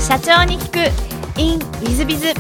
社長に聞く in ウィズビズ。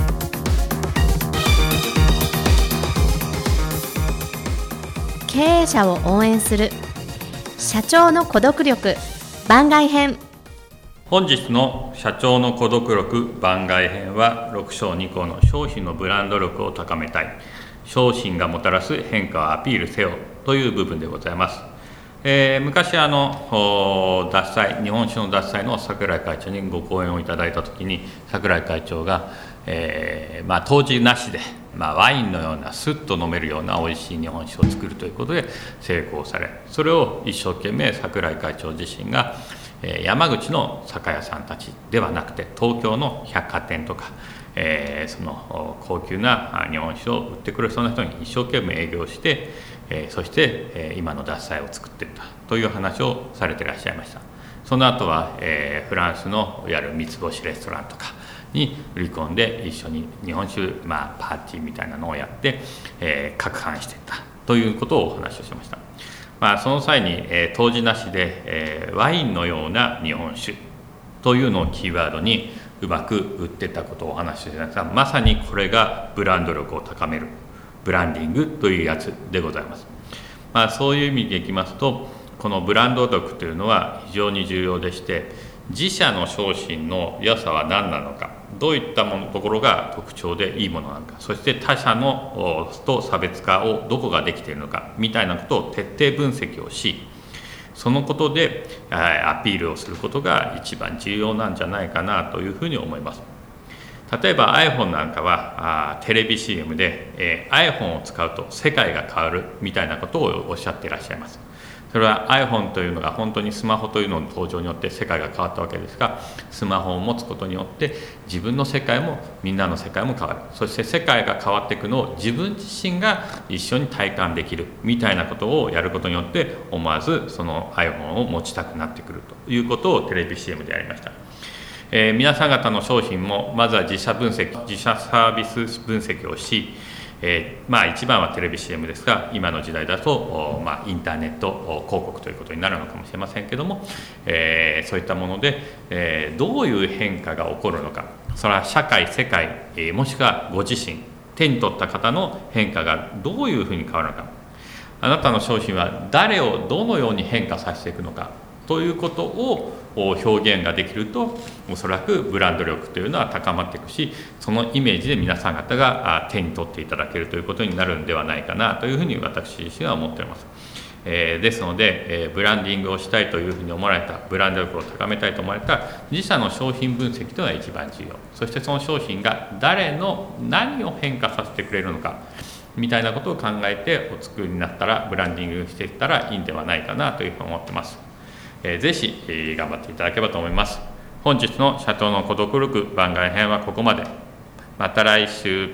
経営者を応援する社長の孤独力番外編。 本日の社長の孤独力番外編は6章2項の商品のブランド力を高めたい、商品がもたらす変化をアピールせよという部分でございます。昔日本酒の獺祭の櫻井会長にご講演をいただいたときに、櫻井会長が、当時なしで、ワインのようなスッと飲めるような美味しい日本酒を作るということで成功され、それを一生懸命櫻井会長自身が山口の酒屋さんたちではなくて東京の百貨店とか、その高級な日本酒を売ってくれそうな人に一生懸命営業して、そして今の獺祭を作っていったという話をされていらっしゃいました。その後はフランスのいわゆる三つ星レストランとかに売り込んで一緒に日本酒、パーティーみたいなのをやって、拡販していったということをお話をしました。その際に、当時なしで、ワインのような日本酒というのをキーワードにうまく売っていったことをお話ししていますが、まさにこれがブランド力を高めるブランディングというやつでございます。そういう意味でいきますと、このブランド力というのは非常に重要でして、自社の商品の良さは何なのか、どういったところが特徴でいいものなのか、そして他社のと差別化をどこができているのかみたいなことを徹底分析をし、そのことでアピールをすることが一番重要なんじゃないかなというふうに思います。例えば iPhone なんかはテレビ CM で、iPhone を使うと世界が変わるみたいなことをおっしゃっていらっしゃいます。それは iPhone というのが本当にスマホというのの登場によって世界が変わったわけですが、スマホを持つことによって自分の世界もみんなの世界も変わる、そして世界が変わっていくのを自分自身が一緒に体感できるみたいなことをやることによって、思わずその iPhone を持ちたくなってくるということをテレビ CM でやりました。皆さん方の商品もまずは自社サービス分析をし、一番はテレビ CM ですが、今の時代だと、インターネット広告ということになるのかもしれませんけども、そういったもので、どういう変化が起こるのか、それは社会世界、もしくはご自身手に取った方の変化がどういうふうに変わるのか、あなたの商品は誰をどのように変化させていくのかということを表現ができると、おそらくブランド力というのは高まっていくし、そのイメージで皆さん方が手に取っていただけるということになるんではないかなというふうに私自身は思っております。ですので、ブランディングをしたいというふうに思われた、ブランド力を高めたいと思われた自社の商品分析というのが一番重要。そしてその商品が誰の何を変化させてくれるのかみたいなことを考えてお作りになったら、ブランディングしていったらいいんではないかなというふうに思っています。ぜひ頑張っていただければと思います。本日の社長の孤独力番外編はここまで。また来週。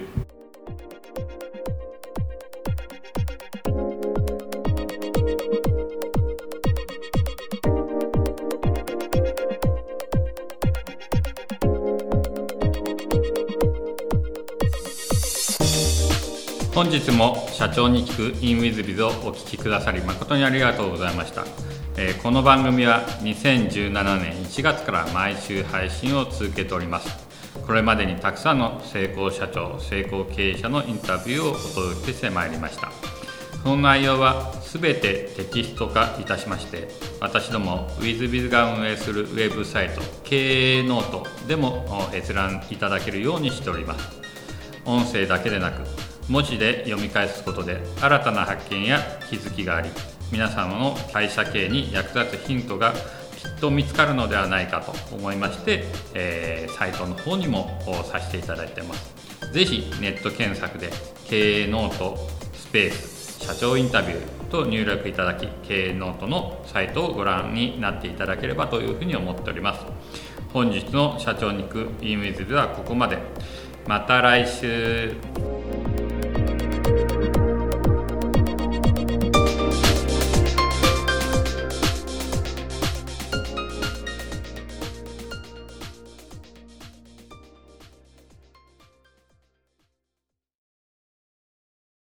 本日も社長に聞く in ウィズビズをお聞きくださり誠にありがとうございました。この番組は2017年1月から毎週配信を続けております。これまでにたくさんの成功社長、成功経営者のインタビューをお届けしてまいりました。その内容はすべてテキスト化いたしまして、私ども WithBiz が運営するウェブサイト経営ノートでも閲覧いただけるようにしております。音声だけでなく文字で読み返すことで新たな発見や気づきがあり、皆様の会社経営に役立つヒントがきっと見つかるのではないかと思いまして、サイトの方にもさせていただいています。ぜひネット検索で経営ノートスペース社長インタビューと入力いただき、経営ノートのサイトをご覧になっていただければというふうに思っております。本日の社長に行く in ウィズではここまで。また来週。